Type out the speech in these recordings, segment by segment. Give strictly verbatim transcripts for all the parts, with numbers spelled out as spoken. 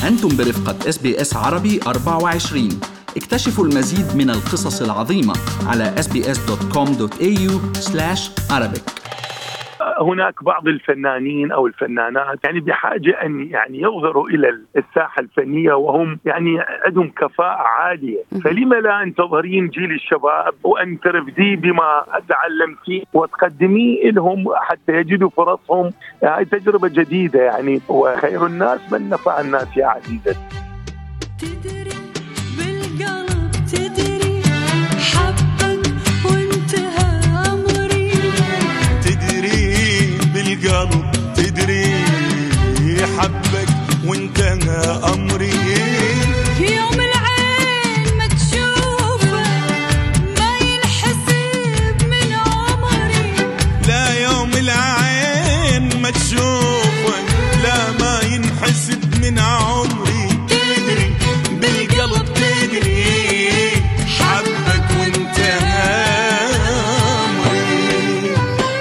أنتم برفقة إس بي إس عربي أربعة وعشرين. اكتشفوا المزيد من القصص العظيمة على إس بي إس دوت كوم دوت إيه يو سلاش عربيك. هناك بعض الفنانين أو الفنانات يعني بحاجة أن يعني يظهروا إلى الساحة الفنية وهم يعني عندهم كفاءة عالية، فلما لا أن تظهرين جيل الشباب وأن ترفدي بما تعلمتي وتقدمي لهم حتى يجدوا فرصهم. هاي تجربة جديدة يعني، وخير الناس من نفع الناس يا عزيزتي. بالقلب تدري حبك وانتهى أمري. يوم العين ما تشوفه ما ينحسب من عمري. لا يوم العين ما تشوفه لا ما ينحسب من عمري. تدري بالقلب تدري حبك وانتهى أمري.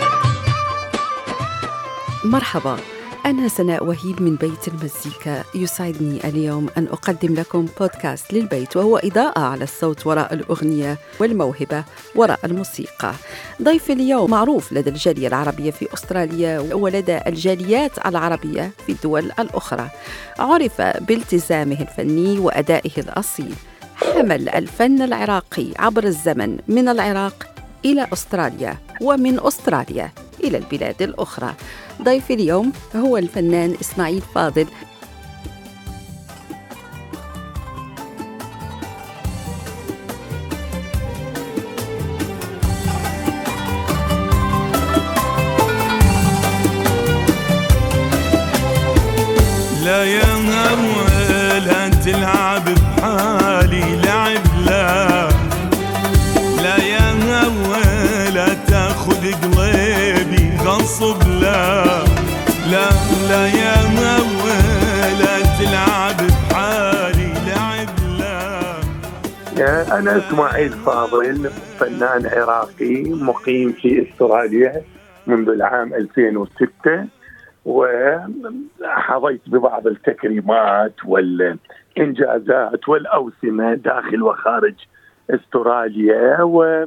مرحبا، أنا سناء وهيب من بيت المزيكا. يسعدني اليوم أن أقدم لكم بودكاست للبيت، وهو إضاءة على الصوت وراء الأغنية والموهبة وراء الموسيقى. ضيف اليوم معروف لدى الجالية العربية في أستراليا ولدى الجاليات العربية في الدول الأخرى. عرف بالتزامه الفني وأدائه الأصيل. حمل الفن العراقي عبر الزمن من العراق إلى أستراليا، ومن أستراليا إلى البلاد الأخرى. ضيف اليوم هو الفنان إسماعيل فاضل. لا يا ولا تلعب بحالي لعب، لا لا يا ولا تاخذ قلبي غصب، لا لا لا يا ولا تلعب بحالي لعب، لا. أنا إسماعيل فاضل، فنان عراقي مقيم في أستراليا منذ العام ألفين وستة، وحظيت ببعض التكريمات والإنجازات والأوسمة داخل وخارج أستراليا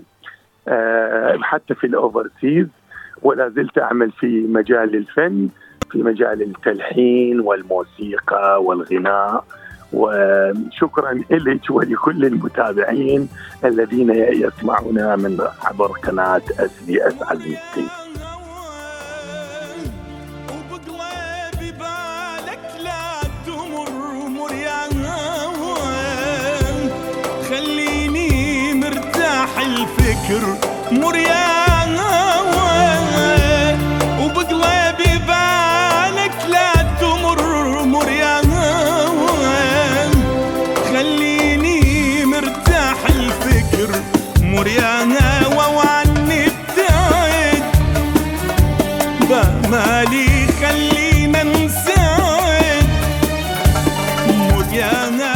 وحتى في الأوفرسيز، ولا زلت أعمل في مجال الفن، في مجال التلحين والموسيقى والغناء. وشكرا لك ولكل المتابعين الذين يسمعونا من عبر قناة إس بي إس عزيزتي. خليني مرتاح الفكر مريانا، وبقلبي بالك لا تمر مريانا. خليني مرتاح الفكر مريانا، وعني ابتعد بمالي خلينا نساعد مريانا.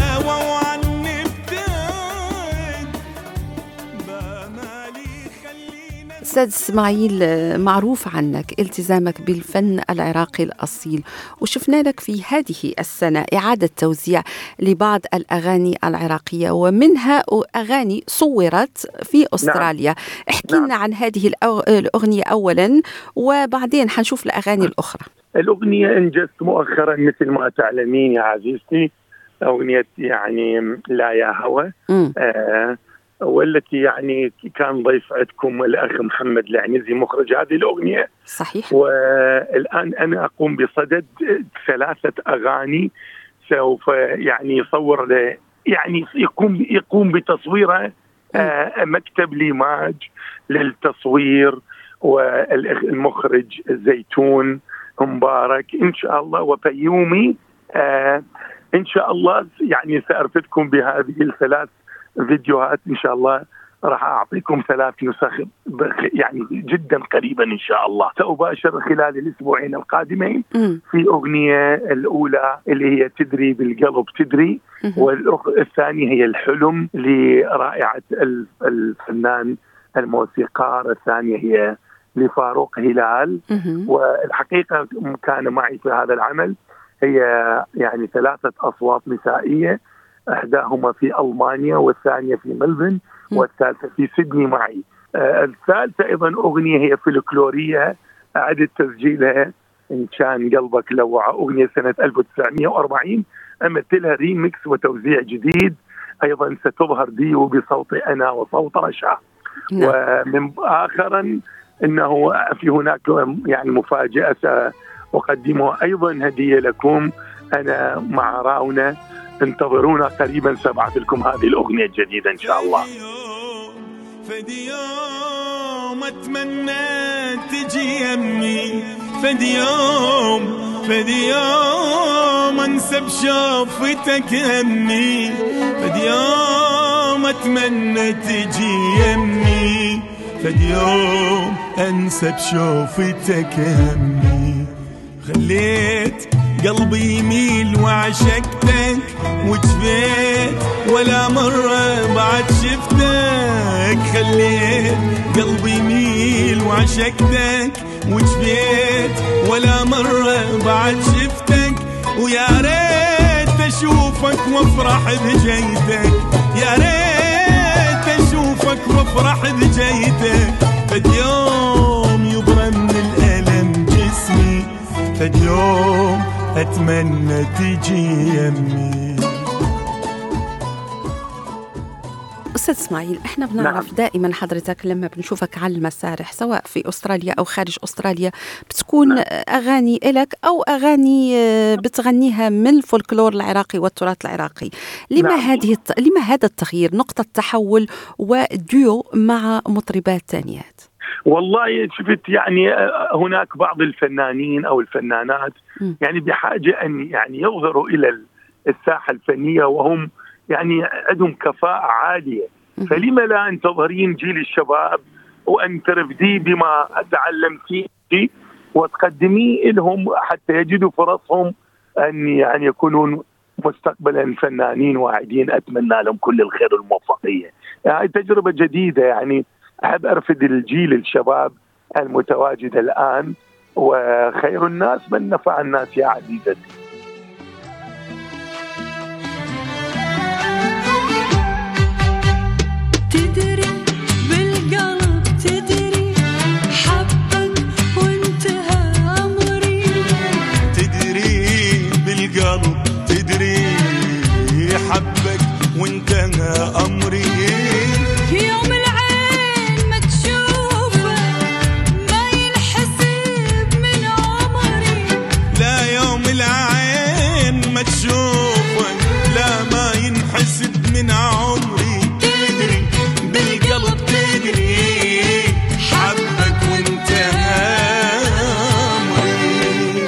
أستاذ إسماعيل، معروف عنك التزامك بالفن العراقي الأصيل، وشفنا لك في هذه السنة إعادة توزيع لبعض الأغاني العراقية، ومنها أغاني صورت في أستراليا. نعم. احكي لنا نعم. عن هذه الأغنية أولا، وبعدين حنشوف الأغاني الأخرى. الأغنية انجزت مؤخرا مثل ما تعلمين يا عزيزتي، أغنية يعني لا يا هوى، آه والتي يعني كان ضيف عندكم الأخ محمد العنزي مخرج هذه الأغنية. صحيح. والآن أنا أقوم بصدد ثلاثة أغاني سوف يعني يصور له، يعني يقوم يقوم بتصويره آه مكتب ليماج للتصوير، والمخرج زيتون مبارك إن شاء الله، وفيومي آه إن شاء الله. يعني سأرفدكم بهذه الثلاث فيديوهات إن شاء الله، راح أعطيكم ثلاث نسخ يعني جدا قريبا إن شاء الله. سأباشر خلال الأسبوعين القادمين في أغنية الأولى اللي هي تدري بالقلب تدري، والثانية هي الحلم لرائعة الفنان الموسيقار، الثانية هي لفاروق هلال. والحقيقة كان معي في هذا العمل هي يعني ثلاثة أصوات نسائية، إحداهما في ألمانيا والثانية في ملبن والثالثة في سيدني معي. آه الثالثة أيضا أغنية هي فلكلورية، أعدت تسجيلها إن كان قلبك لوعة، أغنية سنة ألف وتسعمائة وأربعين، أمثلها ريميكس وتوزيع جديد، أيضا ستظهر ديو بصوتي أنا وصوت رشا. نعم. ومن آخرا أنه في هناك يعني مفاجأة سأقدمها أيضا هدية لكم أنا مع راونا، انتظرونا قريبا سأبعث لكم هذه الأغنية الجديدة إن شاء الله. فدي يوم أتمنى تجي يمي، فدي يوم فدي يوم أنسى بشوفتك همي، فدي يوم أتمنى تجي يمي، فدي يوم أنسى بشوفتك همي. خليت قلبي يميل وعشقتك وجفيت ولا مرة بعد شفتك، خليت قلبي يميل وعشقتك وجفيت ولا مرة بعد شفتك، ويا ريت أشوفك وافرح بجيتك، يا ريت أشوفك وافرح بجيتك، فد يوم يبرم من الألم جسمي، فد يوم أتمنى تجي يمي. أستاذ إسماعيل، إحنا بنعرف نعم. دائما حضرتك لما بنشوفك على المسارح سواء في أستراليا أو خارج أستراليا بتكون نعم. أغاني إلك أو أغاني بتغنيها من الفولكلور العراقي والتراث العراقي. لما نعم. هذه الت... لما هذا التغيير، نقطة تحول وديو مع مطربات ثانيات؟ والله شفت يعني هناك بعض الفنانين أو الفنانات م. يعني بحاجة أن يعني يظهروا إلى الساحة الفنية وهم يعني عندهم كفاءة عالية، فلما لا أن تظهرين جيل الشباب وأن ترفدي بما تعلمتيه وتقدمي لهم حتى يجدوا فرصهم أن يعني يكونون مستقبلا فنانين واعدين. أتمنى لهم كل الخير والموفقية. يعني تجربة جديدة، يعني أحب أرفد الجيل الشباب المتواجد الآن، وخير الناس من نفع الناس يا عزيزتي. تدري بالقلب تدري حبك وانتهى أمري، تدري بالقلب تدري حبك وانتهى أمري، يوم العين ما تشوفه ما ينحسب من عمري، لا يوم العين ما تشوفه لا ما ينحسب من عمري، بالقلب تدري حبك وانتهى أمري.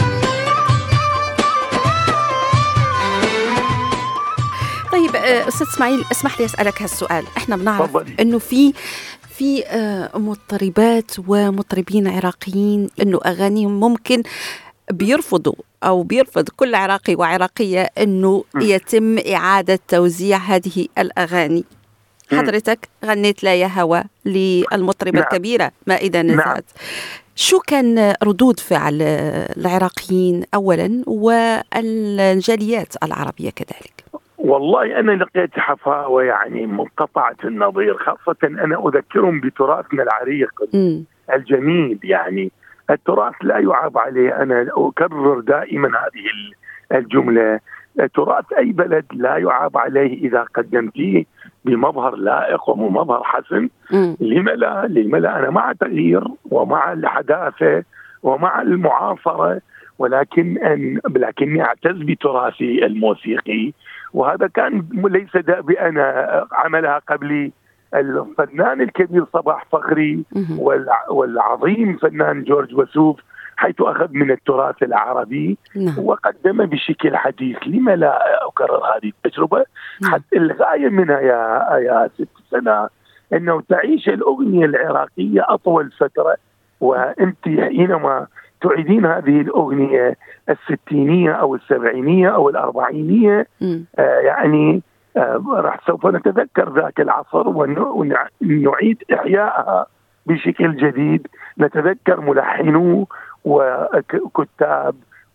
طيب أستاذ إسماعيل، اسمح لي أسألك هالسؤال. إحنا بنعرف إنه في في مطربات ومطربين عراقيين إنه أغانيهم ممكن بيرفضوا أو بيرفض كل عراقي وعراقية إنه يتم إعادة توزيع هذه الأغاني. حضرتك غنيت لا يا هوى للمطربة نعم. الكبيرة مائدة نزات. نعم. شو كان ردود فعل العراقيين أولا والجاليات العربية كذلك؟ والله أنا لقيت حفاوة يعني منقطعة النظير، خاصة أنا أذكرهم بتراثنا العريق م. الجميل. يعني التراث لا يعاب عليه، أنا أكرر دائما هذه الجملة، تراث أي بلد لا يعاب عليه إذا قدمتيه بمظهر لائق ومظهر حسن. لما لا لما لا أنا مع تغيير ومع الحداثة ومع المعاصرة، ولكن أن لكني أعتز بتراثي الموسيقي، وهذا كان ليس دأبي أنا، عملها قبلي الفنان الكبير صباح فخري والعظيم فنان جورج وسوف، حيث أخذ من التراث العربي نعم. وقدم بشكل حديث. لما لا أكرر هذه التجربة؟ نعم. حتى الغاية منها يا يا ست سنة أنه تعيش الأغنية العراقية أطول فترة، وأنت حينما تعيدين هذه الأغنية الستينية أو السبعينية أو الأربعينية آه يعني آه راح سوف نتذكر ذاك العصر ونعيد إحيائها بشكل جديد، نتذكر ملحنوه وكتاب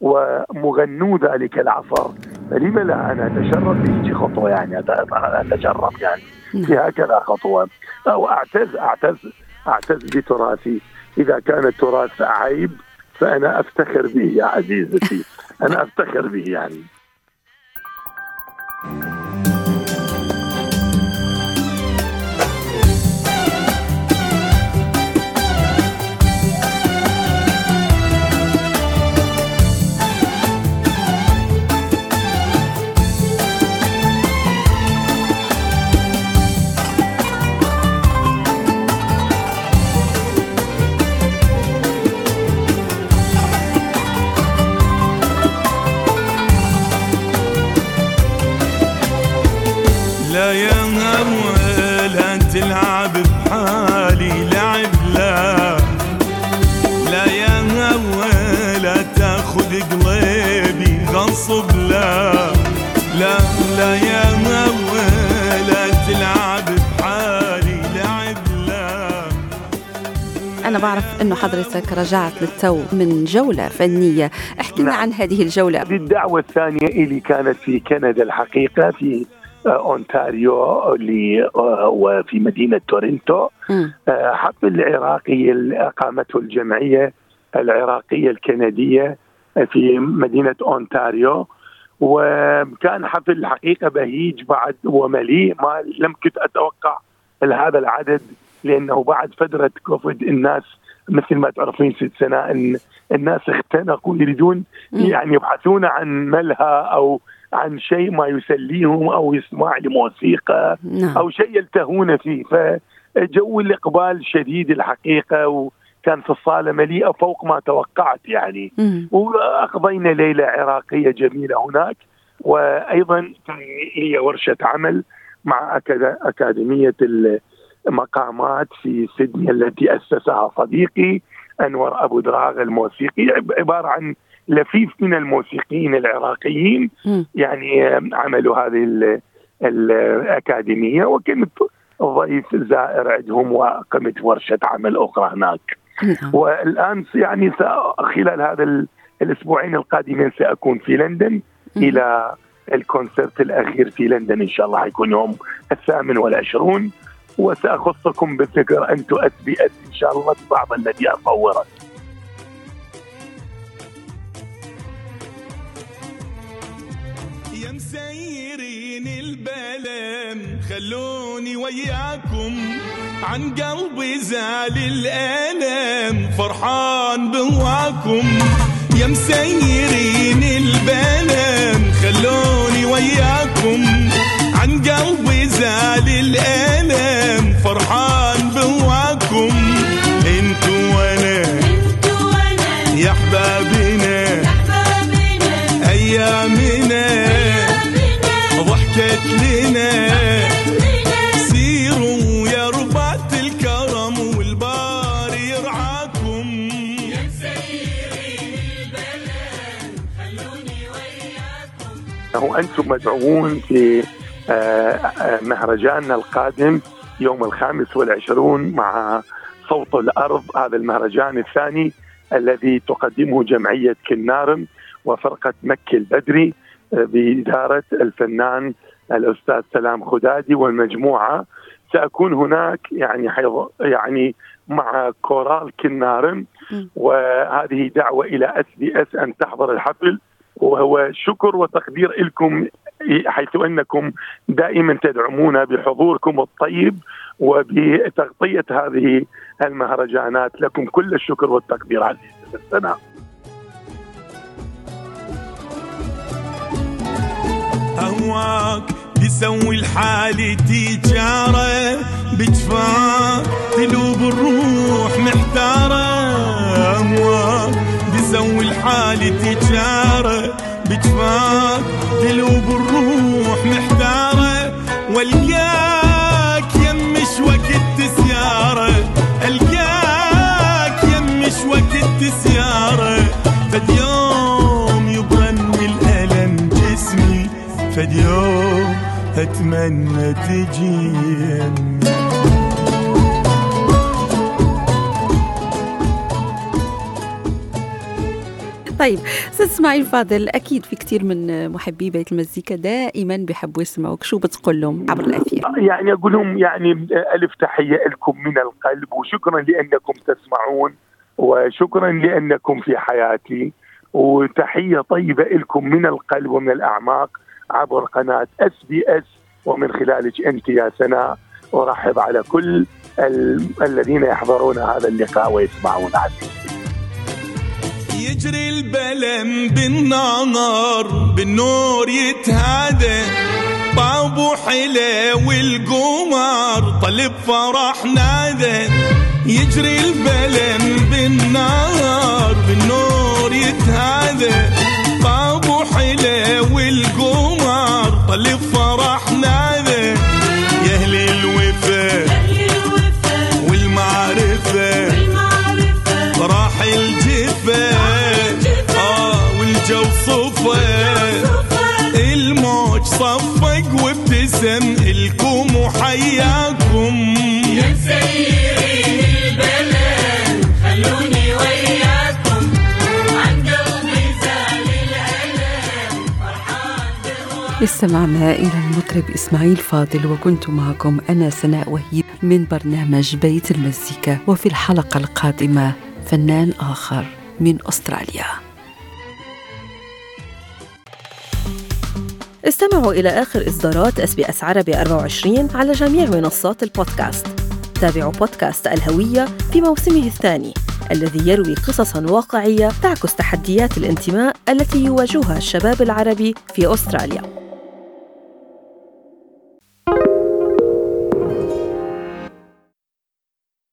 ومغنو ذلك العصر، فلما لا أنا أتشرف بهذه خطوة، يعني أتشرف يعني في هكذا خطوة، أو أعتز أعتز أعتز بتراثي. إذا كان التراث عيب فأنا أفتخر به يا عزيزتي، أنا أفتخر به يعني. لا يا ولا تلعب بحالي لعب، لا لا يا ولا تاخذ قلبي غصب، لا لا لا يا ولا تلعب بحالي لعب، لا. أنا بعرف أنه حضرتك رجعت للتو من جولة فنية، احكي لنا نعم. عن هذه الجولة. هذه الدعوة الثانية اللي كانت في كندا الحقيقة، في أونتاريو وفي مدينة تورنتو، حفل عراقي أقامته الجمعية العراقية الكندية في مدينة أونتاريو، وكان حفل الحقيقة بهيج بعد ومليء، ما لم كنت أتوقع هذا العدد، لأنه بعد فترة كوفيد الناس مثل ما تعرفين ست سنة إن الناس اختنقوا، يريدون يعني يبحثون عن ملهى أو عن شيء ما يسليهم أو يسمع لموسيقى أو شيء يلتهون فيه، فجو الإقبال شديد الحقيقة، وكان في الصالة مليئة فوق ما توقعت يعني. وأقضينا ليلة عراقية جميلة هناك، وأيضا هي ورشة عمل مع أكاديمية المقامات في سيدني التي أسسها صديقي أنور أبو دراغ الموسيقي، عبارة عن لفيف من الموسيقيين العراقيين يعني عملوا هذه الأكاديمية، وكنت ضيف زائر عندهم وقمت ورشة عمل أخرى هناك. والآن يعني خلال هذا الأسبوعين القادمين سأكون في لندن إلى الكونسرت الأخير في لندن إن شاء الله، حيكون يوم الثامن والعشرون، وسأخصكم بالذكر أنتم أس بي أس إن شاء الله الصعب الذي أصوره. يا مسيرين البلم خلوني وياكم، عن قلبي زال الألم فرحان بهواكم. يا مسيرين البلم خلوني وياكم، عن قلبي زال الألم فرحان بهواكم. انتو وانا يا حبابنا أيامنا ضحكت لنا، سيروا يا رباط الكرم والبار يرعاكم. يا مسيرين البلد خلوني وياكم. أنتم مدعوون في مهرجاننا القادم يوم الخامس والعشرون مع صوت الأرض، هذا المهرجان الثاني الذي تقدمه جمعية كنارم وفرقة مكي البدري بإدارة الفنان الأستاذ سلام خدادي والمجموعة. سأكون هناك يعني حيض يعني مع كورال كنارم، وهذه دعوة إلى أس بي أس أن تحضر الحفل، وهو شكر وتقدير لكم حيث أنكم دائما تدعمونا بحضوركم الطيب وبتغطية هذه المهرجانات. لكم كل الشكر والتقدير عزيزي السنة. أهواك بيسوي الحالة تجارة، بجفاك تلوب الروح محتارة. أهواك بيسوي الحالة تجارة، بجفاك تلوب الروح محتارة. والقاك يمش وقت سيارة، القاك يمش وقت سيارة. فاليوم يبرن الألم جسمي، فاليوم أتمنى تجي. طيب أستاذ إسماعيل فاضل، أكيد في كتير من محبي بيت المزيكا دائما بيحبوا يسمعوك، شو بتقول لهم عبر الأثير؟ يعني أقول لهم يعني ألف تحية لكم من القلب، وشكرا لأنكم تسمعون، وشكرا لأنكم في حياتي، وتحية طيبة لكم من القلب ومن الأعماق عبر قناة اس بي اس ومن خلالك أنت يا سناء. أرحب على كل ال- الذين يحضرون هذا اللقاء ويسمعون عنه. يجري البلم بالنار بالنور يتهادى، طابو حلا والقمر طلب فرح نادى. يجري البلم بالنار بالنور يتهادى، طابو حلا والقمر طلب فرح نادى. يا أهل الوفا والمعرفة راح الجفا، آه والجو صفا، الموج صفق وابتسم إلكم وحياكم. يا مسيرين البلد خلوني وياكم، عن قلبي زال الألم فرحان برواحكم. استمعنا إلى المطرب إسماعيل فاضل، وكنت معكم أنا سناء وهيب من برنامج بيت المزيكا. وفي الحلقة القادمة فنان آخر من أستراليا. استمعوا إلى آخر إصدارات اس بي اس عربي أربعة وعشرين على جميع منصات البودكاست. تابعوا بودكاست الهوية في موسمه الثاني الذي يروي قصصاً واقعية تعكس تحديات الانتماء التي يواجهها الشباب العربي في أستراليا.